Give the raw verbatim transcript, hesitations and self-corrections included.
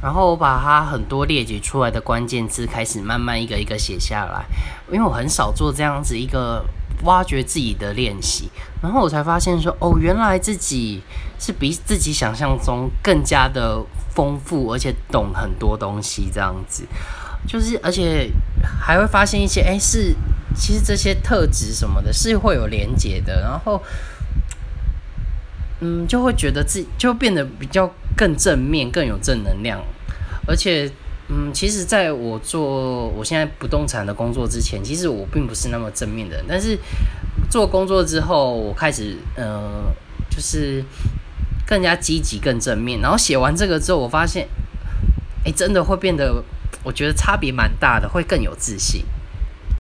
然后我把它很多列举出来的关键字开始慢慢一个一个写下来，因为我很少做这样子一个挖掘自己的练习，然后我才发现说，哦，原来自己是比自己想象中更加的丰富，而且懂很多东西，这样子，就是而且还会发现一些，哎，是其实这些特质什么的是会有连结的，然后，嗯，就会觉得自己就变得比较更正面，更有正能量，而且。嗯，其实在我做我现在不动产的工作之前，其实我并不是那么正面的人。但是做工作之后，我开始呃，就是更加积极、更正面。然后写完这个之后，我发现，哎，真的会变得，我觉得差别蛮大的，会更有自信。